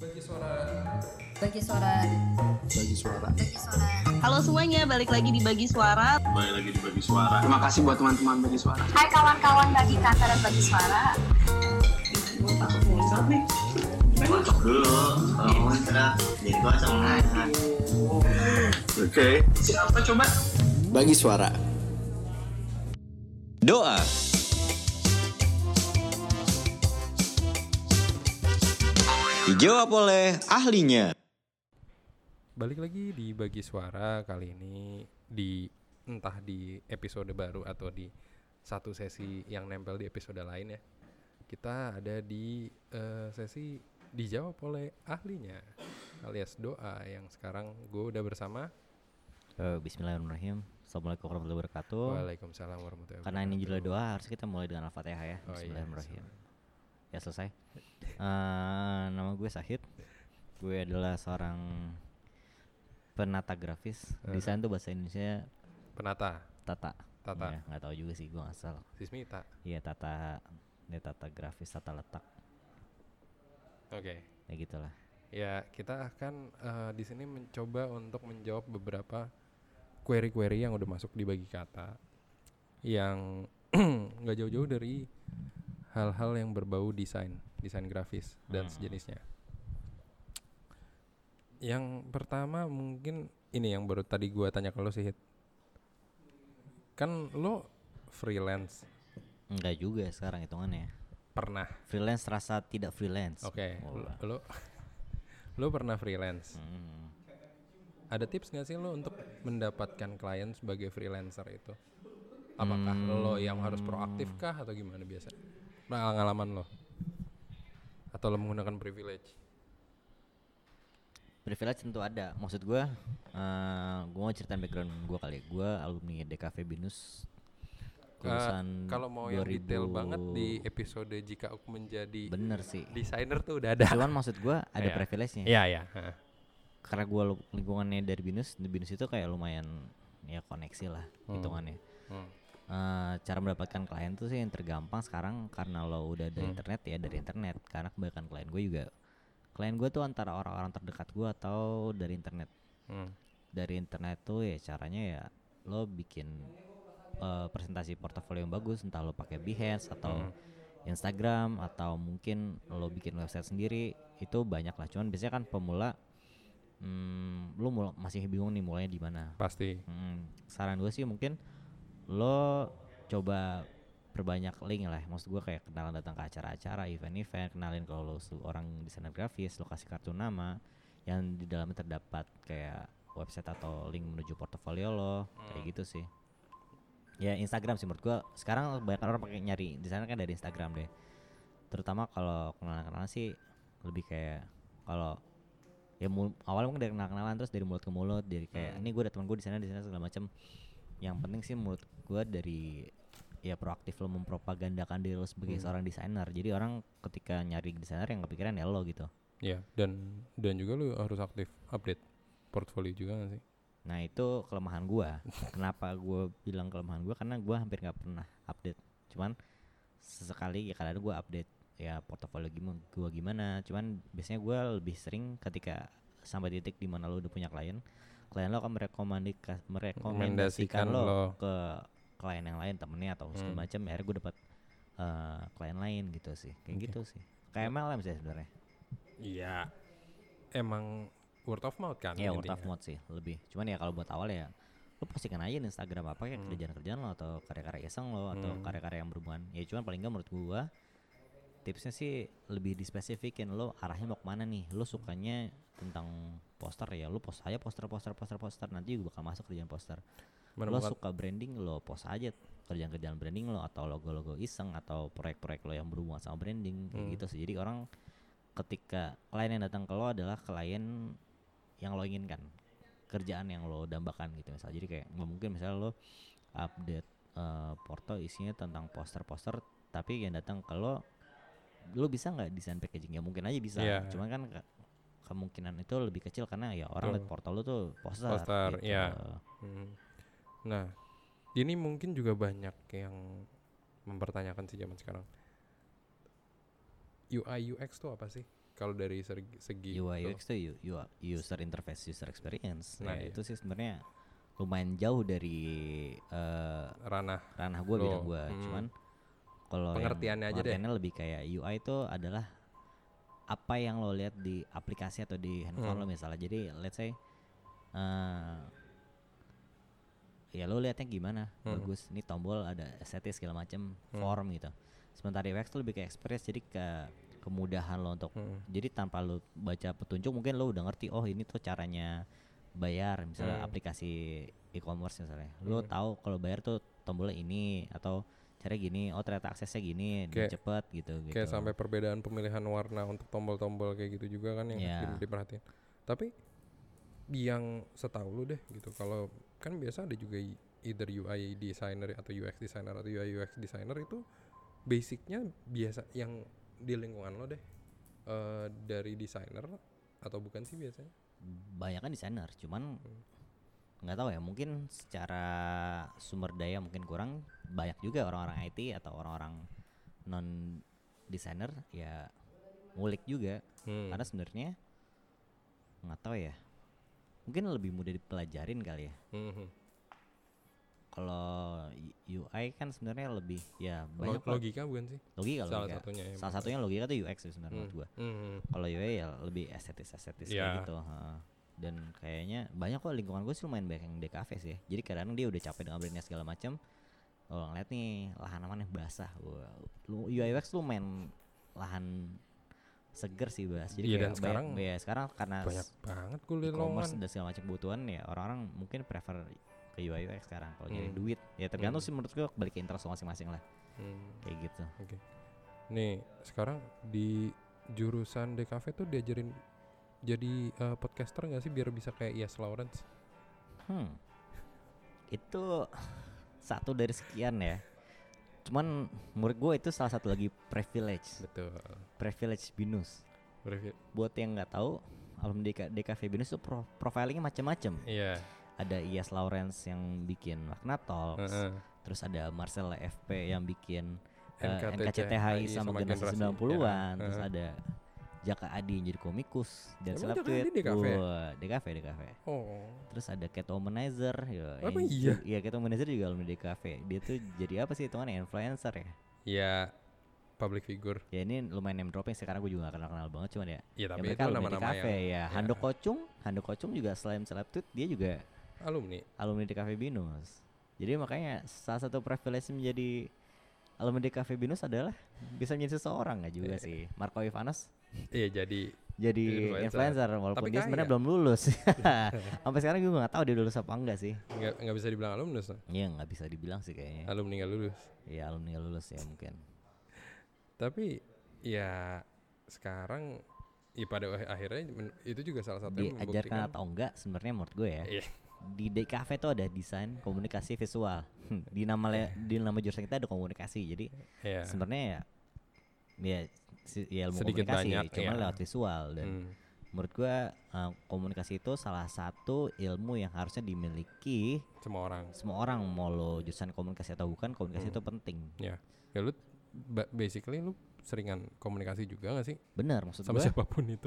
Bagi suara. Bagi suara. Bagi suara. Bagi suara. Halo semuanya, balik lagi di Bagi Suara. Terima kasih buat teman-teman Bagi Suara. Hai kawan-kawan Bagi Kata dan Bagi Suara. Kocok dulu, kalau ngomongin serat, jadi kocok. Oke. Siapa coba? Bagi Suara. Doa. Dijawab oleh ahlinya. Balik lagi di Bagi Suara kali ini entah di episode baru atau di satu sesi yang nempel di episode lain ya. Kita ada di sesi dijawab oleh ahlinya alias doa yang sekarang gue udah bersama. Bismillahirrahmanirrahim. Assalamualaikum warahmatullahi wabarakatuh. Waalaikumsalam warahmatullahi wabarakatuh. Karena ini judul doa, harus kita mulai dengan Al-Fatihah ya. Oh, Bismillahirrahmanirrahim. Ya selesai. Nama gue Sahid. Gue adalah seorang penata grafis. Desain tuh bahasa Indonesia Penata. tata. Tata. Ya, nggak tahu juga sih, gue asal. Sismita. Iya tata grafis, tata letak. Oke. Ya gitulah. Ya kita akan di sini mencoba untuk menjawab beberapa query-query yang udah masuk di Bagi Kata yang nggak jauh-jauh dari hal-hal yang berbau desain grafis dan sejenisnya. Yang pertama mungkin ini yang baru tadi gua tanya ke lo sih, Hit. Kan lo freelance. Enggak juga sekarang hitungannya. Pernah. Freelance terasa tidak freelance. Oke. Lo pernah freelance. Ada tips nggak sih lo untuk mendapatkan klien sebagai freelancer itu? Apakah lo yang harus proaktif kah atau gimana biasa? Pengalaman lo? Atau lo menggunakan privilege? Privilege tentu ada. Maksud gue mau ceritain background gue kali. Gue alumni DKV Binus. Kalau mau yang detail banget di episode jika aku menjadi bener sih desainer tuh udah ada. Cuman maksud gue ada privilege-nya. Iya. Karena gue lingkungannya dari Binus, di Binus itu kayak lumayan ya koneksi lah hitungannya. Cara mendapatkan klien tuh sih yang tergampang sekarang karena lo udah ada internet ya dari internet. Karena kebanyakan klien gue tuh antara orang-orang terdekat gue atau dari internet. Dari internet tuh ya caranya ya lo bikin presentasi portofolio yang bagus, entah lo pakai Behance atau Instagram atau mungkin lo bikin website sendiri, itu banyak lah. Cuman biasanya kan pemula lo masih bingung nih mulainya di mana. Pasti. Saran gue sih mungkin lo coba perbanyak link lah. Maksud gue kayak kenalan datang ke acara-acara, event-event, kenalin kalau lo orang desainer grafis, lo kasih kartu nama yang di dalamnya terdapat kayak website atau link menuju portofolio lo, kayak gitu sih. Ya Instagram sih menurut gua sekarang banyak orang pakai nyari desainer kan dari Instagram deh. Terutama kalau kenalan-kenalan sih lebih kayak kalau ya awalnya mungkin dari kenalan terus dari mulut ke mulut, dari kayak ini gua ada teman gua di sana segala macam. Yang penting sih menurut gua dari ya proaktif lo mempropagandakan diri lo sebagai seorang desainer. Jadi orang ketika nyari desainer yang kepikiran ya lo gitu. Iya, dan juga lo harus aktif update portfolio juga gak sih? Nah itu kelemahan gua. Kenapa gua bilang kelemahan gua? Karena gua hampir nggak pernah update. Cuman sesekali ya kadang gua update ya portofolio gua gimana. Cuman biasanya gua lebih sering ketika sampai titik di mana lo udah punya klien lo akan merekomendasikan lo ke klien yang lain, temennya atau segala macam. Akhirnya gua dapat klien lain gitu sih. Kayak gitu sih. Kayak MLM sih sebenarnya. Iya. Emang word of mouth kan? Iya word of mouth sih lebih. Cuman ya kalau buat awal ya lo postingkan aja di Instagram apa kayak kerjaan-kerjaan lo atau karya-karya iseng lo atau karya-karya yang berhubungan. Ya cuman paling nggak menurut gua tipsnya sih lebih dispesifikin lo arahnya mau kemana nih. Lo sukanya tentang poster ya lo post aja poster nanti juga bakal masuk kerjaan poster. Lo suka branding lo post aja kerjaan-kerjaan branding lo atau logo-logo iseng atau proyek-proyek lo yang berhubungan sama branding kayak gitu sih. Jadi orang ketika klien yang datang ke lo adalah klien yang lo inginkan, kerjaan yang lo dambakan gitu misalnya. Jadi kayak nggak mungkin misalnya lo update porto isinya tentang poster-poster tapi yang datang ke lo bisa nggak desain packaging? Ya mungkin aja bisa, cuman kan kemungkinan itu lebih kecil karena ya orang lihat porto lo tuh poster gitu. Nah ini mungkin juga banyak yang mempertanyakan sih zaman sekarang, UI UX tuh apa sih? kalau dari segi UI itu. UX tuh user interface, user experience. Nah, Nah, iya. itu sih sebenarnya lumayan jauh dari ranah ranah gue, Lo, bidang gue. Cuman kalau yang Pengertiannya aja deh. pengertiannya lebih kayak UI itu adalah apa yang lo lihat di aplikasi atau di handphone lo misalnya. Jadi let's say ya lo lihatnya gimana, bagus, ini tombol ada estetis segala macam, form gitu. Sementara UX tuh lebih ke experience, jadi ke kemudahan lo untuk jadi tanpa lo baca petunjuk mungkin lo udah ngerti, oh ini tuh caranya bayar misalnya aplikasi e-commerce misalnya. Lo tahu kalau bayar tuh tombolnya ini atau cara gini, oh ternyata aksesnya gini dan Kayak- cepet gitu. kayak sampai perbedaan pemilihan warna untuk tombol-tombol kayak gitu juga kan yang Iya. diperhatiin. Tapi yang setahu lu deh gitu, kalau kan biasa ada juga either UI designer atau UX designer atau UI UX designer itu basicnya biasa yang di lingkungan lo deh dari designer atau bukan sih biasanya? banyak kan desainer, cuman nggak tahu ya, mungkin secara sumber daya mungkin kurang. Banyak juga orang-orang IT atau orang-orang non desainer ya ngulik juga, karena sebenarnya nggak tahu ya, mungkin lebih mudah dipelajarin kali ya. Kalau UI kan sebenarnya lebih ya banyak Logika bukan sih? logika. Salah satunya ya, Salah satunya logika tuh UX sih sebenarnya menurut gua. Kalau UI ya lebih estetis Ya. kayak gitu. Dan kayaknya banyak kok lingkungan gue sih lumayan banyak yang DKV sih ya. Jadi kadang dia udah capek dengan brandnya segala macam. Oh ngeliat nih lahan aman yang basah. Wah, UI UX lu main lahan seger sih bahas. Jadi Iya, kayak dan sekarang sekarang karena banyak banget kuliah e-commerce lowongan. dan segala macam kebutuhan ya, orang-orang mungkin prefer ke UI UX sekarang kalau nyari duit. Ya tergantung sih menurut gue, balik ke interest masing-masing lah. Kayak gitu. Oke. Nih, sekarang di jurusan DKV tuh diajarin jadi podcaster nggak sih biar bisa kayak Yes Lawrence? Itu satu dari sekian ya. Cuman menurut gue itu salah satu lagi privilege binus. Buat yang nggak tahu, alumni DKV binus itu profilingnya macam-macam. Iya. Ada Yes Lawrence yang bikin Magna Talks, terus ada Marcel FP yang bikin NKCTHI sama generasi 90-an, terus ada Jaka Adi yang jadi komikus dan Emang Jaka seleb Adi DKV? DKV. Oh. Terus ada Cat Womanizer, Apa iya? Iya, Cat Womanizer juga alumni DKV. Dia tuh jadi apa sih hitungannya, influencer ya? Ya, public figure. Ya ini lumayan name dropping sekarang, gue juga gak kenal banget cuman ya. Iya, tapi mereka itu alumni nama-nama DKV ya. Hando Kocung juga selain seleb tweet, dia juga alumni DKV Binus. Jadi makanya salah satu privilege menjadi alumni DKV Binus adalah bisa menjadi seseorang, nggak juga sih. Marco Ivanos Iya, jadi influencer walaupun Tapi dia sebenarnya kaya. belum lulus. Sampai sekarang gue nggak tahu dia lulus apa enggak sih. nggak bisa dibilang alumnus. Iya, nggak bisa dibilang sih kayaknya. Alumni nggak lulus. Iya, alumni nggak lulus ya mungkin. Tapi ya sekarang pada akhirnya itu juga salah satu yang Diajarkan atau enggak sebenarnya menurut gue ya. Iya. Di DKV tuh ada desain komunikasi visual. di nama jurusan kita ada komunikasi. Jadi Iya. sebenarnya ya ilmu Sedikit komunikasi banyak, cuma iya. lewat visual. Dan menurut gua komunikasi itu salah satu ilmu yang harusnya dimiliki semua orang. mau lo jurusan komunikasi atau bukan, komunikasi itu penting. Ya lu basically lu seringan komunikasi juga gak sih Bener, maksud sama gua siapapun itu?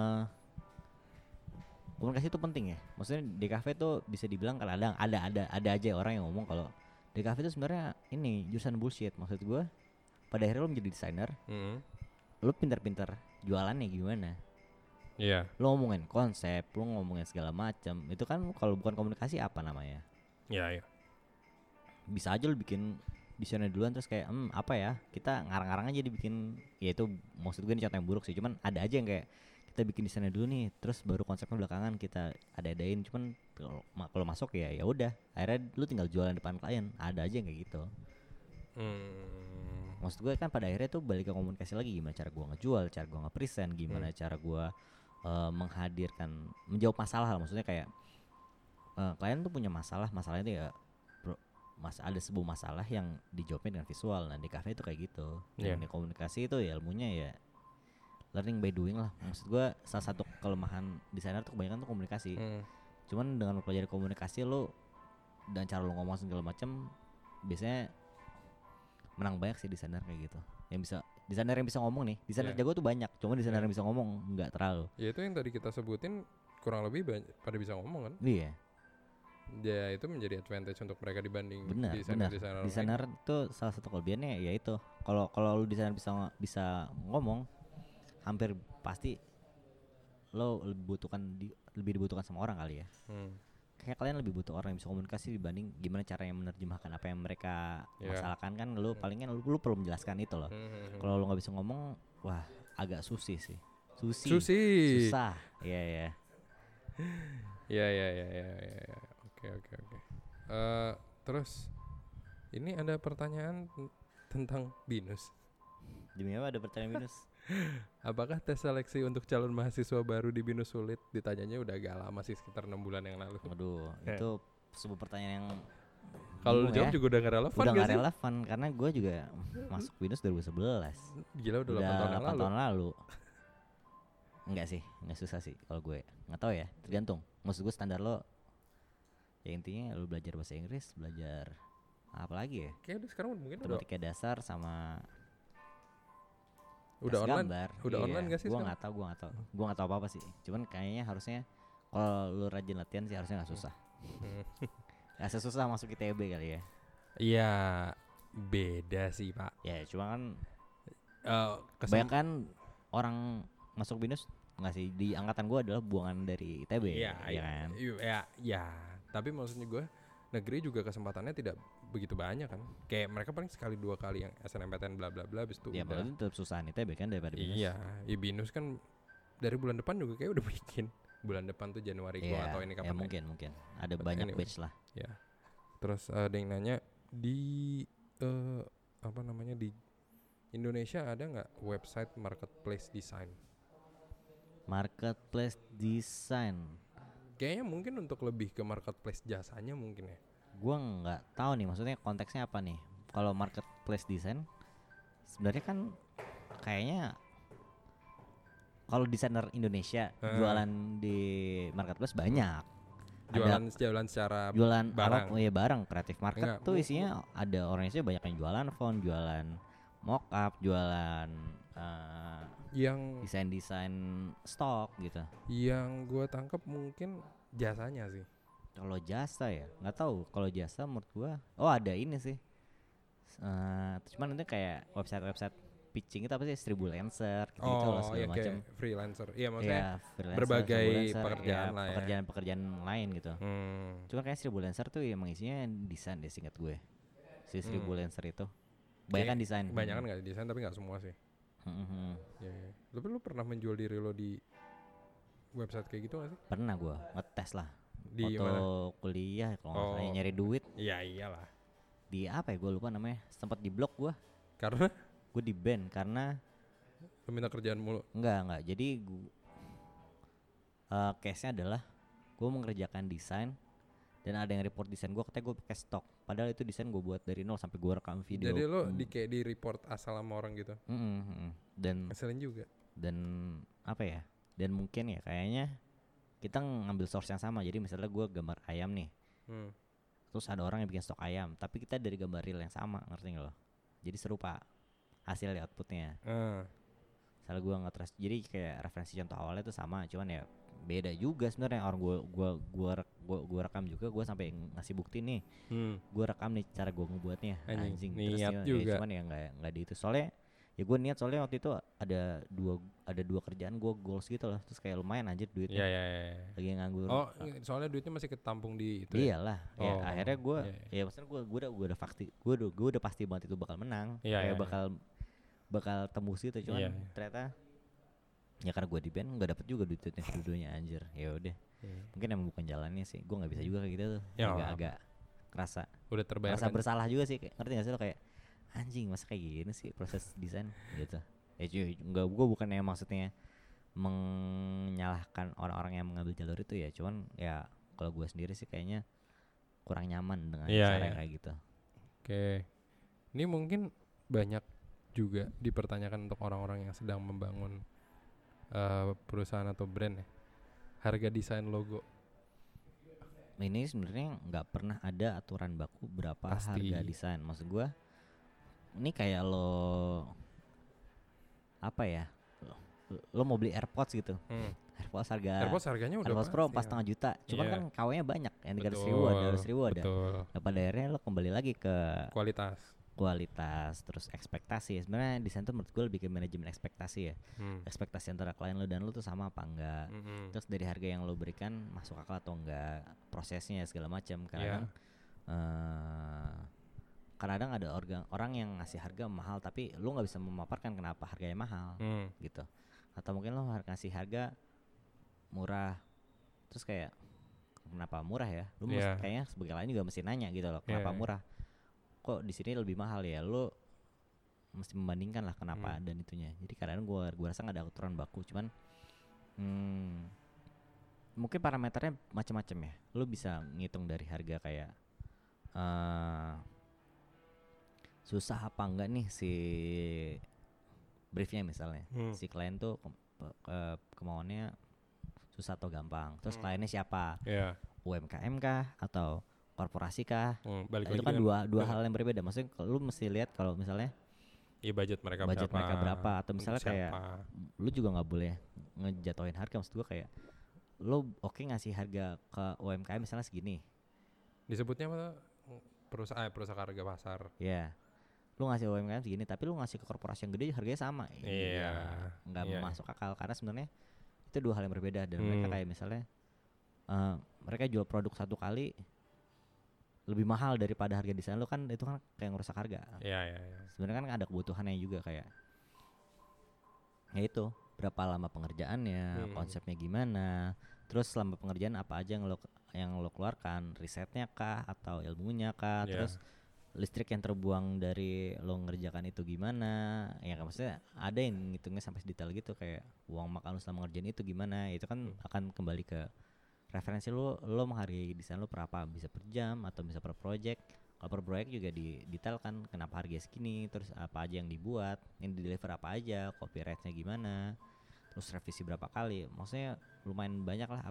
komunikasi itu penting ya. Maksudnya DKV tuh bisa dibilang kadang ada aja orang yang ngomong kalau DKV itu sebenarnya ini jurusan bullshit. Maksud gua pada akhirnya lo menjadi desainer, lo pintar-pintar jualannya gimana. Iya. Lo ngomongin konsep, lo ngomongin segala macam. Itu kan kalau bukan komunikasi apa namanya? Iya. Bisa aja lo bikin desainnya duluan terus kayak apa ya? Kita ngarang-ngarang aja dibikin. Ya itu maksud gue ini contoh yang buruk sih. Cuman ada aja yang kayak kita bikin desainnya dulu nih, terus baru konsepnya belakangan kita ada-adain. Cuman kalau masuk ya udah. Akhirnya lo tinggal jualan depan klien. Ada aja yang kayak gitu. Maksud gue kan pada akhirnya tuh balik ke komunikasi lagi, gimana cara gue ngejual, cara gue nge-present, gimana cara gue menghadirkan, menjawab masalah. Maksudnya kayak klien tuh punya masalahnya itu ya ada sebuah masalah yang dijawabnya dengan visual. Nah di kafe itu kayak gitu. Dan di komunikasi itu ya ilmunya ya learning by doing lah. Maksud gue salah satu kelemahan desainer tuh kebanyakan tuh komunikasi. Cuman dengan mempelajari komunikasi lo dan cara lo ngomong segala macam, biasanya menang banyak sih desainer kayak gitu. Yang bisa Desainer yang bisa ngomong nih, desainer Iya. jago tuh banyak, cuma desainer Iya. yang bisa ngomong nggak terlalu. Ya itu yang tadi kita sebutin kurang lebih pada bisa ngomong kan. Iya, Ya itu menjadi advantage untuk mereka dibanding benar. desainer-desainer lain. Desainer tuh salah satu kelebihannya ya itu. Kalau lu desainer bisa ngomong, hampir pasti lo lebih dibutuhkan sama orang kali ya. Kayak kalian lebih butuh orang yang bisa komunikasi dibanding gimana caranya menerjemahkan apa yang mereka Iya. masalahkan kan. Lu palingan lu perlu menjelaskan itu loh. Kalau lu nggak bisa ngomong, wah agak susah sih. Susi. Susah. Iya ya. Ya. Oke. Terus ini ada pertanyaan tentang BINUS. Demi apa ada pertanyaan minus? Apakah tes seleksi untuk calon mahasiswa baru di BINUS sulit? Ditanyanya udah agak lama sih, sekitar 6 bulan yang lalu. Waduh, itu sebuah pertanyaan yang Kalau lu bingung jawab ya. juga udah gak relevan Udah gak gak sih? relevan karena gue juga masuk Binus 2011. Gila udah 8 tahun yang 8 lalu. tahun lalu. Enggak sih, enggak susah sih kalau gue. Enggak tahu ya, tergantung. Maksud gue standar lo ya intinya lo belajar bahasa Inggris, belajar apa lagi ya? Kayaknya sekarang mungkin udah Matematika dasar sama udah tes online. gambar. Udah Iya, online gak sih Gue sekarang? nggak tahu, gue nggak tahu apa sih. Cuman kayaknya harusnya kalau lo rajin latihan sih harusnya nggak susah. Gak sesusah masuk ITB kali ya. Iya, beda sih pak. Ya cuma kan Kesem- kebanyakan orang masuk BINUS nggak sih, di angkatan gue adalah buangan dari ITB. Iya, ya kan. Ya. Tapi maksudnya gue negeri juga kesempatannya tidak begitu banyak kan. Kayak mereka paling sekali 2 kali yang SNMPTN bla bla bla, habis itu Ya udah. berarti tetap susahan ITB kan daripada BINUS. Iya, ya BINUS kan dari bulan depan juga kayak udah bikin. Bulan depan tuh Januari gua Iya, atau ini ya kapan. mungkin ada But banyak anyway. batch lah. Ya. Terus ada yang nanya di apa namanya, di Indonesia ada nggak website marketplace design? Marketplace design, Kayaknya mungkin untuk lebih ke marketplace jasanya mungkin ya. gua nggak tahu nih maksudnya konteksnya apa nih. Kalau marketplace design sebenarnya kan kayaknya kalau desainer Indonesia jualan di marketplace banyak. Jualan secara Jualan barang. ya barang kreatif market Enggak, tuh isinya ada orang Indonesia banyak yang jualan font, jualan mockup, jualan yang desain stok gitu. yang gua tangkap mungkin jasanya sih. Kalau jasa ya nggak tahu. Kalau jasa menurut gua ada ini sih. Cuman itu kayak website pitching itu apa sih, Stribulancer gitu loh Oh, segala ya macam. kayak freelancer. Iya maksudnya. Ya, freelancer, berbagai Stribulancer, pekerjaan lah ya. pekerjaan lain gitu. Hmm. Cuma kayak Stribulancer tuh emang isinya desain deh singkat gue. Si Stribulancer itu banyak kan desain. Banyak kan nggak desain tapi nggak semua sih. Ya. Lu pernah menjual diri lo di website kayak gitu gak sih? Pernah gue ngetes lah. Di Waktu mana? kuliah kalau nggak salah Oh. nyari duit Iya iyalah. di apa ya, gue lupa namanya. Sempat di blok gue. Karena Gue di ban karena lu minta kerjaan mulu. enggak. Jadi case-nya adalah gue mengerjakan desain dan ada yang report desain gue, katanya gue pakai stok. Padahal itu desain gue buat dari nol sampai gue rekam video. Jadi lo kayak di report asal sama orang gitu. Dan Ngeselin juga. apa ya? Dan mungkin ya kayaknya kita ngambil source yang sama. Jadi misalnya gue gambar ayam nih, terus ada orang yang bikin stok ayam, tapi kita dari gambar real yang sama, ngerti nggak lo? Jadi serupa hasil outputnya. Misalnya gue nge-trace, jadi kayak referensi contoh awalnya itu sama, cuman ya beda juga sebenarnya. Orang gue rekam juga, gue sampai ngasih bukti nih, gue rekam nih cara gue ngebuatnya. Anjing, Terus niat ya, juga. cuman ya nggak di itu. Soalnya ya gue niat, soalnya waktu itu ada dua kerjaan gue goals gitu loh. Terus kayak lumayan anjir duitnya. Iya. Lagi nganggur. Oh, soalnya duitnya masih ketampung di itu. Ya? Iyalah, ya Oh, akhirnya gue, iya. ya maksudnya gue udah pasti banget itu bakal menang, Iya, kayak iya. bakal tembus gitu, cuman Iya. ternyata ya karena gue di band nggak dapet juga duitnya dua-duanya anjir. Ya udah, mungkin emang bukan jalannya sih, gue nggak bisa juga kayak gitu tuh. Ya, Agak kerasa Udah terbayar. merasa bersalah juga sih, kayak, ngerti gak sih lo, kayak anjing masa kayak gini sih proses desain gitu. Ya cuy, gue bukannya maksudnya menyalahkan orang-orang yang mengambil jalur itu ya, cuman ya kalau gue sendiri sih kayaknya kurang nyaman dengan Iya, cara iya. kayak gitu. Oke. Ini mungkin banyak juga dipertanyakan untuk orang-orang yang sedang membangun perusahaan atau brand ya. Harga desain logo. Ini sebenarnya nggak pernah ada aturan baku berapa Pasti. harga desain. Maksud gue, ini kayak lo apa ya? Lo mau beli AirPods gitu. AirPods harganya udah AirPods Pro pasti 4,5 juta. Cuman Iya. kan KW-nya banyak, yang 300 Betul, ribu ada, 200 ribu ada. betul. Nah, pada akhirnya lo kembali lagi ke Kualitas. terus ekspektasi. Sebenarnya desain tuh menurut gue lebih ke manajemen ekspektasi ya. Ekspektasi antara klien lo dan lo tuh sama apa enggak. Terus dari harga yang lo berikan masuk akal atau enggak, prosesnya segala macam. Kadang ada orang yang ngasih harga mahal tapi lo nggak bisa memaparkan kenapa harganya mahal gitu. Atau mungkin lo ngasih harga murah terus kayak kenapa murah ya? Lo kayaknya sebagai klien juga mesti nanya gitu loh, kenapa murah? Kok di sini lebih mahal ya? Lo mesti membandingkan lah kenapa dan itunya. Jadi kadang gue rasa nggak ada aturan baku, cuman mungkin parameternya macam-macam ya. Lo bisa ngitung dari harga kayak susah apa enggak nih si briefnya misalnya. Si klien tuh kemauannya susah atau gampang. Terus kliennya siapa? UMKM kah atau korporasi kah? Itu kan dua hal yang berbeda. Maksudnya lu mesti lihat kalau misalnya budget mereka berapa atau misalnya kayak lu juga nggak boleh ngejatuhin harga. Maksud gua kayak lu ngasih harga ke UMKM misalnya segini. Disebutnya apa? Perusahaan harga pasar. Iya. Lu ngasih UMKM segini tapi lu ngasih ke korporasi yang gede harganya sama. Nggak masuk akal karena sebenarnya itu dua hal yang berbeda. Dan mereka kayak misalnya mereka jual produk satu kali lebih mahal daripada harga desain lu, kan itu kan kayak ngerusak harga. Sebenarnya kan ada kebutuhannya juga kayak ya itu berapa lama pengerjaannya, konsepnya gimana, terus selama pengerjaan apa aja yang lo keluarkan, risetnya kah atau ilmunya kah, terus listrik yang terbuang dari lo ngerjakan itu gimana, ya kan maksudnya ada yang ngitungnya sampai detail gitu kayak uang makan lo selama ngerjain itu gimana, itu kan akan kembali ke referensi lo menghargai desain lo per apa, bisa per jam atau bisa per project. Kalau per project juga didetailkan kenapa harga segini, terus apa aja yang dibuat, yang di deliver apa aja, copyrightnya gimana, terus revisi berapa kali. Maksudnya lumayan banyak lah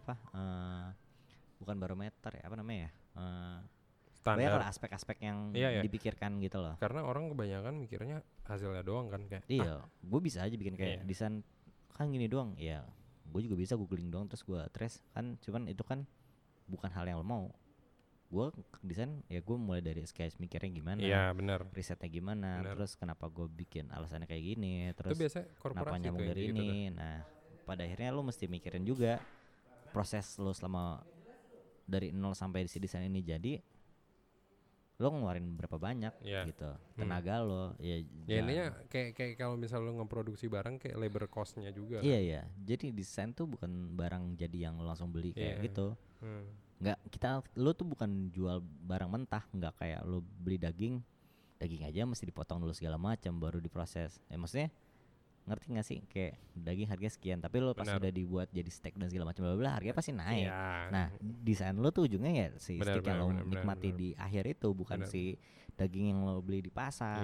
bukan barometer ya, apa namanya ya, banyak lah aspek-aspek yang dipikirkan gitu loh. Karena orang kebanyakan mikirnya hasilnya doang kan kayak gue bisa aja bikin kayak desain kan gini doang ya. Gue juga bisa googling doang terus gue trace kan, cuman itu kan bukan hal yang lo mau. Gue desain ya gue mulai dari sketch mikirnya gimana, risetnya gimana, terus kenapa gue bikin alasannya kayak gini, terus kenapa nyambung dari ini. Nah pada akhirnya lo mesti mikirin juga proses lo selama dari 0 sampai si desain ini jadi lo ngeluarin berapa banyak gitu tenaga lo intinya kayak kalau misal lo ngeproduksi barang kayak labor costnya juga iya jadi desain tuh bukan barang jadi yang lo langsung beli kayak gitu. Nggak, lo tuh bukan jual barang mentah, nggak kayak lo beli daging aja mesti dipotong dulu segala macam baru diproses. Maksudnya ngerti nggak sih kayak daging harganya sekian tapi lo pas udah dibuat jadi steak dan segala macam bla harganya pasti naik. Nah desain lo tuh ujungnya ya si steak yang lo nikmati di akhir itu bukan si daging yang lo beli di pasar.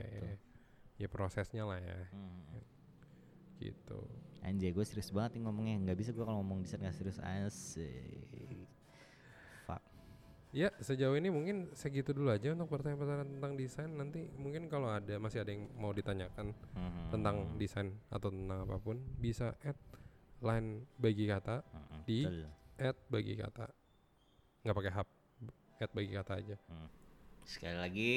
Ya prosesnya lah ya. Gitu. Anjay gue serius banget nih ngomongnya, nggak bisa gue kalau ngomong desain nggak serius. Asik. Fuck. Ya sejauh ini mungkin segitu dulu aja untuk pertanyaan-pertanyaan tentang desain. Nanti mungkin kalau masih ada yang mau ditanyakan tentang desain atau tentang apapun, bisa add line bagi kata di add bagi kata, nggak pakai hub, add bagi kata aja. Sekali lagi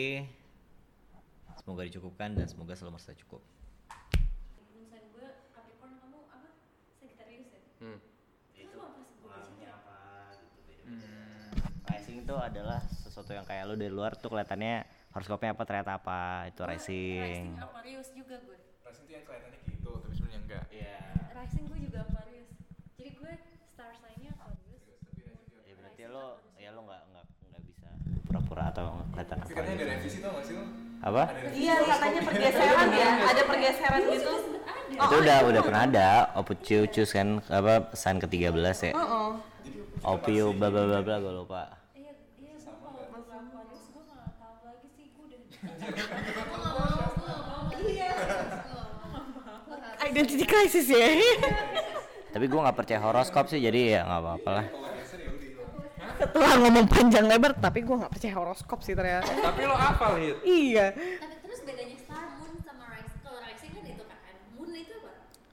semoga dicukupkan dan semoga selalu merasa cukup. Desain gue Capricorn, kamu apa? Sagittarius ya? Itu apa sih gue bacanya? Rising itu adalah sesuatu yang kayak lu dari luar tuh kelihatannya horoskopnya apa ternyata apa itu rising. Rising Aquarius juga gue. Rising tuh yang kelihatannya gitu tapi sebenarnya enggak. Iya. Rising gue juga Aquarius. Jadi gue star sign-nya Aquarius. Ya berarti lo nggak bisa pura-pura atau kelihatan apa. Katanya ada revisi tuh nggak sih lo? Apa? Iya katanya pergeseran ya, ada pergeseran gitu. Itu udah pernah ada Ophiuchus kan apa sign ke-13 ya. Ophiu bla bla bla bla gue lupa. Iya gue kalau Aquarius gue nggak tahu lagi sih, gue udah. Iya. Identity crisis ya. Tapi gue nggak percaya horoskop sih jadi ya nggak apa-apa lah. Setelah ngomong panjang lebar, tapi gue nggak percaya horoskop sih ternyata. Tapi lo hafal Hit. Iya. Tapi terus bedanya star, moon sama rising. Kalau rising kan itu kan moon itu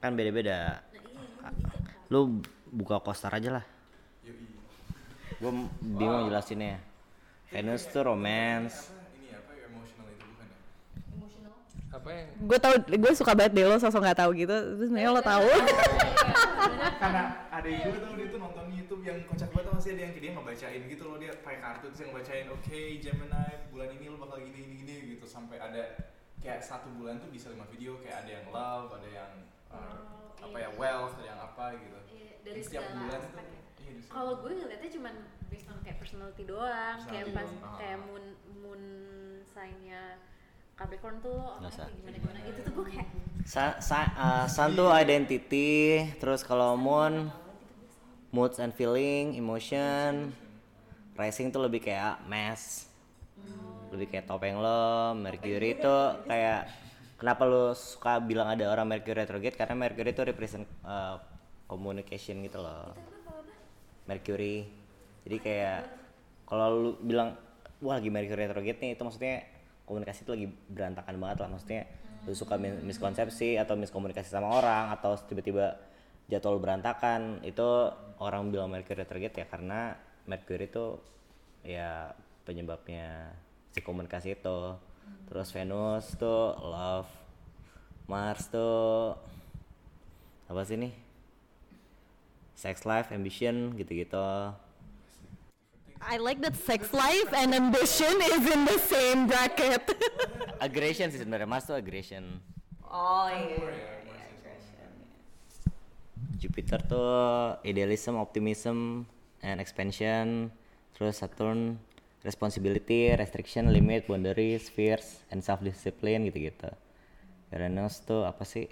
kan beda-beda. Nah iya emang gitu kan. Lu buka Coaster aja lah. Gue bingung jelasinnya. Venus tuh romance. Ini apa emotional itu bukan ya? Emotional. Apa yang Gue suka banget deh lo sosok nggak tahu gitu. Terus sebenarnya lo tahu. Karena ada gue tuh dia tuh nonton YouTube yang kocak banget masih ada yang dia ngebacain gitu loh, dia pakai kartu terus yang ngebacain oke, Gemini bulan ini lo bakal gini gitu sampai ada kayak 1 bulan tuh bisa 5 video, kayak ada yang love, ada yang apa ya wealth, ada yang apa gitu. Iya, dari Setiap segala bulan aspek tuh. ya. Iya, di setiap Kalau gue ngeliatnya cuman based on kayak personality doang, kayak pas Personality. kayak moon sign-nya Capricorn tuh Nggak usah. orangnya gimana itu tuh gue kayak Sun tuh identity, terus kalau Moon moods and feeling, emotion. Rising tuh lebih kayak mass, lebih kayak topeng lo. Mercury tuh kayak kenapa lo suka bilang ada orang Mercury retrograde, karena Mercury tuh represent communication gitu loh. Mercury, jadi kayak kalau lu bilang wah lagi Mercury retrograde nih, itu maksudnya komunikasi tuh lagi berantakan banget lah. Maksudnya lu suka miskonsepsi atau miskomunikasi sama orang, atau tiba-tiba jadwal berantakan, itu orang bilang Mercury retrograde ya karena Mercury itu ya penyebabnya si komunikasi itu. Terus Venus tuh love, Mars tuh apa sih nih, sex life, ambition gitu-gitu. I like that sex life and ambition is in the same bracket. Aggression sih sebenarnya, Mars tuh aggression. Oh iya. Jupiter tuh idealism, optimism, and expansion. Terus Saturn responsibility, restriction, limit, boundaries, fears, and self-discipline gitu-gitu. Uranus tuh apa sih?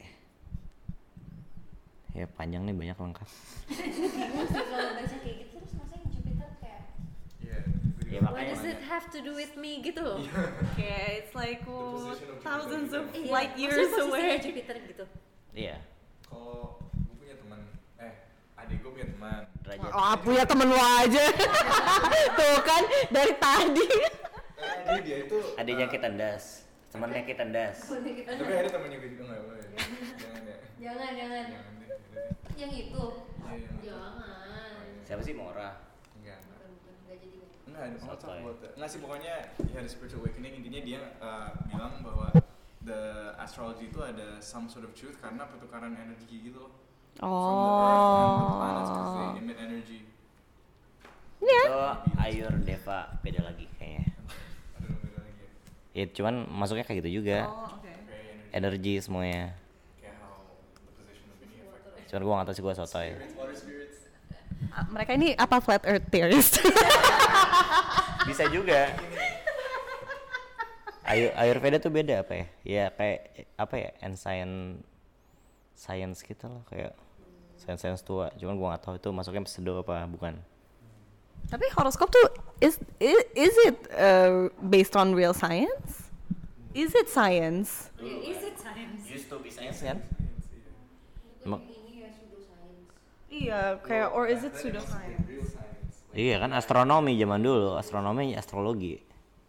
Ya panjang nih, banyak lengkap. kalau baca kayak gitu terus maksudnya Jupiter kayak Iya. Ya, what makanya does it have to do with me gitu. Okay, it's like position of thousands of Iya, light maksudnya years posisinya away. Jupiter gitu. Iya. Kalau gue punya teman, adik gue punya teman. Derajat. Oh, punya temen lo aja. Tuh kan dari tadi. Dia itu Adiknya Kitandas, temannya Kitandas. tapi ada temannya gue juga nggak boleh. Jangan ya. Jangan. Jangan deh. Yang itu. Iya, yang itu. Jangan. Siapa sih Mora? Enggak. Bukan enggak jadi. Enggak, ada mau Sotoy. Enggak sih, pokoknya ya ada spiritual awakening, intinya dia bilang bahwa the astrology itu ada some sort of truth karena pertukaran energi gitu loh. From the earth and the planets because they emit energy. Itu Ayur Deva, beda lagi kayaknya. Aduh, beda lagi ya. Ya cuman masuknya kayak gitu juga. Kayak energy, Energi semuanya. kayak how the position of ini affect Cuman gua gak tau sih, gua sotoy. water spirits. Mereka ini apa flat earth theorist? Bisa juga. Ayurveda tuh beda apa ya? Ya kayak apa ya? And science gitu loh, kayak science tua. Cuman gua gak tahu itu masuknya pseudo apa bukan. Tapi horoskop tuh is it based on real science? Is it science? Is it science? Used to be science kan? Ini ya pseudoscience. Iya, kayak or is it pseudoscience? Real science. Iya kan, astronomi zaman dulu, astronomi astrologi.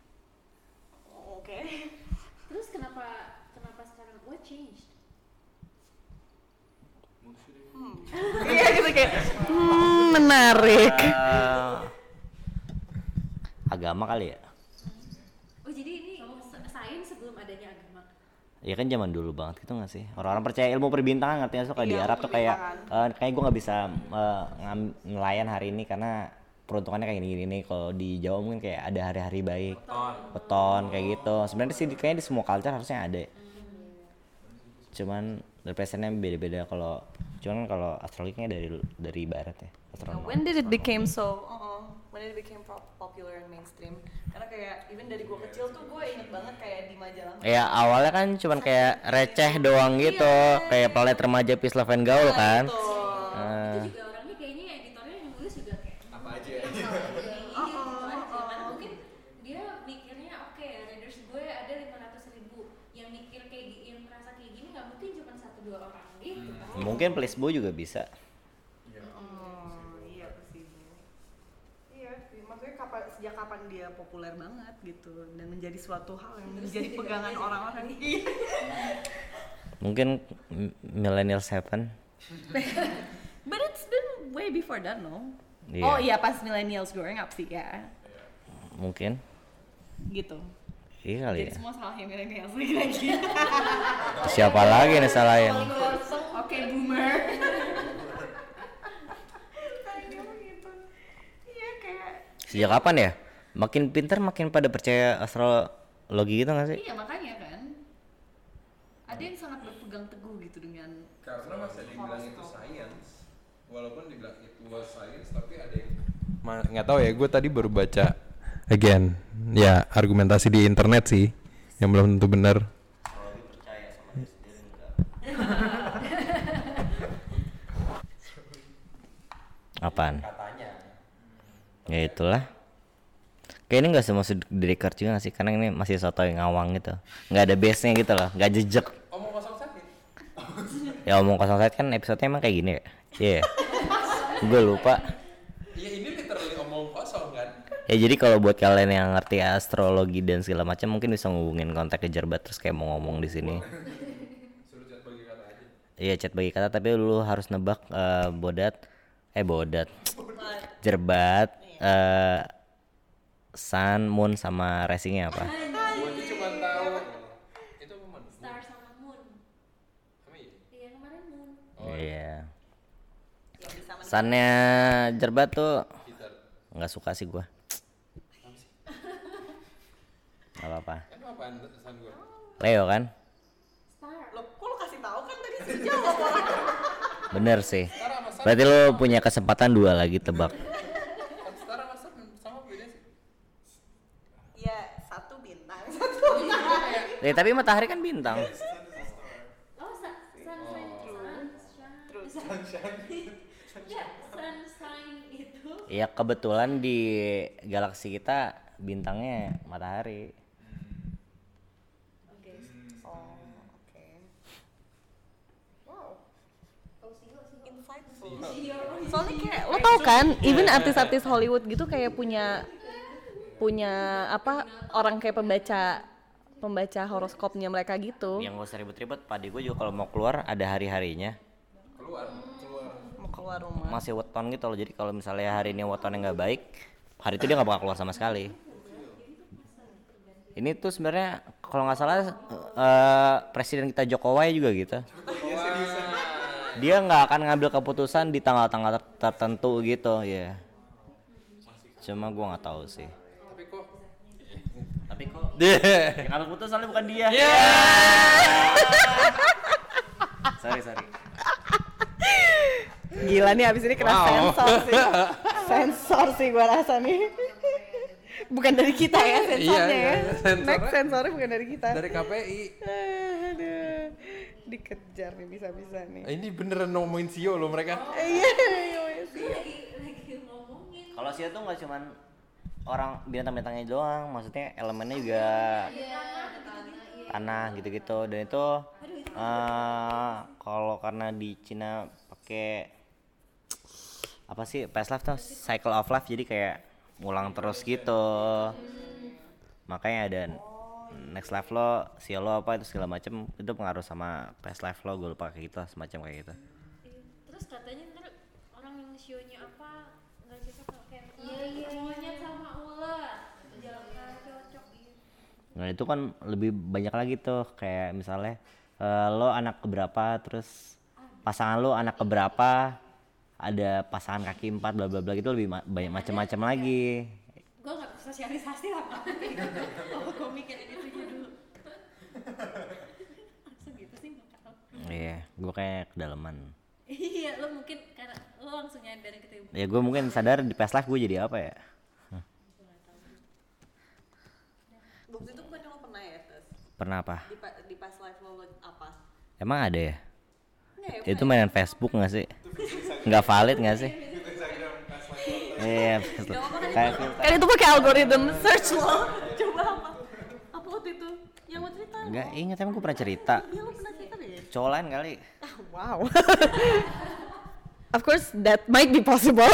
Oke. Terus kenapa sekarang what changed? Iya gitu kayak menarik. Agama kali ya? Oh jadi ini sains sebelum adanya agama. Ya kan zaman dulu banget gitu gak sih? Orang-orang percaya ilmu perbintangan, ngerti gak sih? Kayak di Arab tuh kayak kayak gue gak bisa ngelayan hari ini karena peruntungannya kayak gini-gini. Kalau di Jawa mungkin kayak ada hari-hari baik, weton kayak gitu. Sebenarnya sih kayaknya di semua culture harusnya ada. Cuman representnya beda-beda. Cuman kalau astrologi kayaknya dari barat ya. Astronomi. When did it became so? When did it became popular and mainstream? Karena kayak even dari gua kecil tuh gue inget banget kayak di majalah. Ya awalnya kan cuman kayak receh doang gitu, kayak Planet Remaja Peace Love and Gaul kan. Itu juga orangnya kayaknya editornya yang nulis juga kayak Apa aja ya? ini gitu aja. Karena mungkin dia mikirnya oke, readers gue ada 500.000 yang mikir kayak yang merasa kayak gini nggak mungkin cuma 1-2 orang gitu kan. Mungkin placebo juga bisa. Iya sih. Iya sih. Maksudnya sejak kapan dia populer banget gitu dan menjadi suatu hal yang menjadi pegangan orang-orang. Mungkin millennials happen. But it's been way before that, no? Iya. Oh iya, pas millennials growing up sih ya. Mungkin. Gitu. Iya kali Jadi ya. semua salahnya millennials lagi. Siapa lagi nih salahin? Oke, boomer. Gitu. Iya kayak. Sejak kapan ya? Makin pintar makin pada percaya astrologi gitu gak sih? Iya makanya kan. Ada yang sangat berpegang teguh gitu dengan. Karena masih dibilang itu science, walaupun dibilang itu was science, tapi ada yang nggak tahu ya. Gue tadi baru baca again, ya argumentasi di internet sih, yang belum tentu benar. Apaan? Ya itulah. Kayak ini nggak semua di record juga gak sih? Karena ini masih soto yang ngawang gitu, nggak ada base nya gitu loh, nggak jejak. Omong kosong sakit. Ya omong kosong saya kan episode-nya emang kayak gini ya? Iya. Gue lupa. Iya ini literally omong kosong kan. Ya jadi kalau buat kalian yang ngerti astrologi dan segala macam mungkin bisa ngubungin kontak ke Jerbat terus kayak mau ngomong di sini. Suruh chat bagi kata aja. Iya chat bagi kata tapi dulu harus nebak bodat Jerbat Sun, Moon sama racingnya apa? Gue tuh cuma tahu itu apa man? Star sama Moon. Apa ya? Iya kemarin Moon. Iya. Sunnya Jerbat tuh nggak suka sih gua. Gak apa-apa. Emang apaan sun gue? Leo kan? Star. Loh, kok lo kasih tahu kan tadi sih jawab orang. Bener sih. Berarti lo punya kesempatan 2 lagi tebak. Star sama sun sama beda sih. Iya, satu bintang, satu bintang. Tapi matahari kan bintang. Oh, sunshine. Ya, sunshine itu. Ya kebetulan di galaksi kita bintangnya matahari. Oke. Oh, oke. Wow. Insightful. Soalnya kayak lo tau kan, even artis-artis Hollywood gitu kayak punya apa orang kayak pembaca horoskopnya mereka gitu. Yang gak usah ribet-ribet, padi gue juga kalau mau keluar ada hari-harinya. Mau keluar rumah. Masih weton gitu loh, jadi kalau misalnya hari ini wetonnya nggak baik, hari itu dia nggak bakal keluar sama sekali. Ini tuh sebenarnya kalau nggak salah presiden kita Jokowi juga gitu. Dia nggak akan ngambil keputusan di tanggal-tanggal tertentu gitu ya. Cuma gue nggak tahu sih. Tapi kok yang ngambil keputusan bukan dia. Sorry. Gila nih abis ini kena sensor sih gua rasa nih. Bukan dari kita ya sensornya ya. Next sensornya bukan dari kita. Dari KPI. Aduh, dikejar nih bisa-bisa nih. Ini beneran ngomongin Sio loh mereka. Iya sih. Lagi ngomongin. Kalau Sio tuh nggak cuman orang bintang-bintangnya doang, maksudnya elemennya juga tanah gitu-gitu. Dan itu kalau karena di Cina pakai apa sih past life tuh cycle of life, jadi kayak ngulang terus gitu. Makanya ada next life lo, Sio lo apa itu segala macem itu pengaruh sama past life lo, gue lupa kayak gitu semacam kayak gitu. Terus katanya ntar orang yang sionya apa nggak cocok sama kayak monyet sama ular, jangan cocok gitu. Nah itu kan lebih banyak lagi tuh kayak misalnya lo anak keberapa, terus pasangan lo anak keberapa, ada pasangan kaki 4 bla bla bla gitu, lebih banyak macam-macam lagi. Gue nggak sosialisasi lah pak. Oh gue mikirin itu dulu. Langsung gitu sih nggak tahu. Iya, gue kayak kedalaman. Iya lo mungkin karena lo langsung nyadar gitu ya. Ya gue mungkin sadar di past life gue jadi apa ya. Bukti itu bukan lo pernah ya tes? Pernah apa? Di past life lo apa? Emang ada ya? Nggak, Itu mainan Facebook gak sih? Nggak valid gak sih? Iya, kayak filter. Kan itu pakai algoritma search lo. Coba apa waktu itu? Yang mau cerita? Nggak inget, emang gue pernah cerita. Iya lo pernah cerita deh. Cowok lain kali. Wow. Of course that might be possible.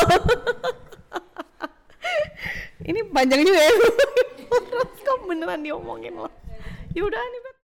Ini panjang juga ya. Horoskop beneran diomongin loh. Yaudah nih.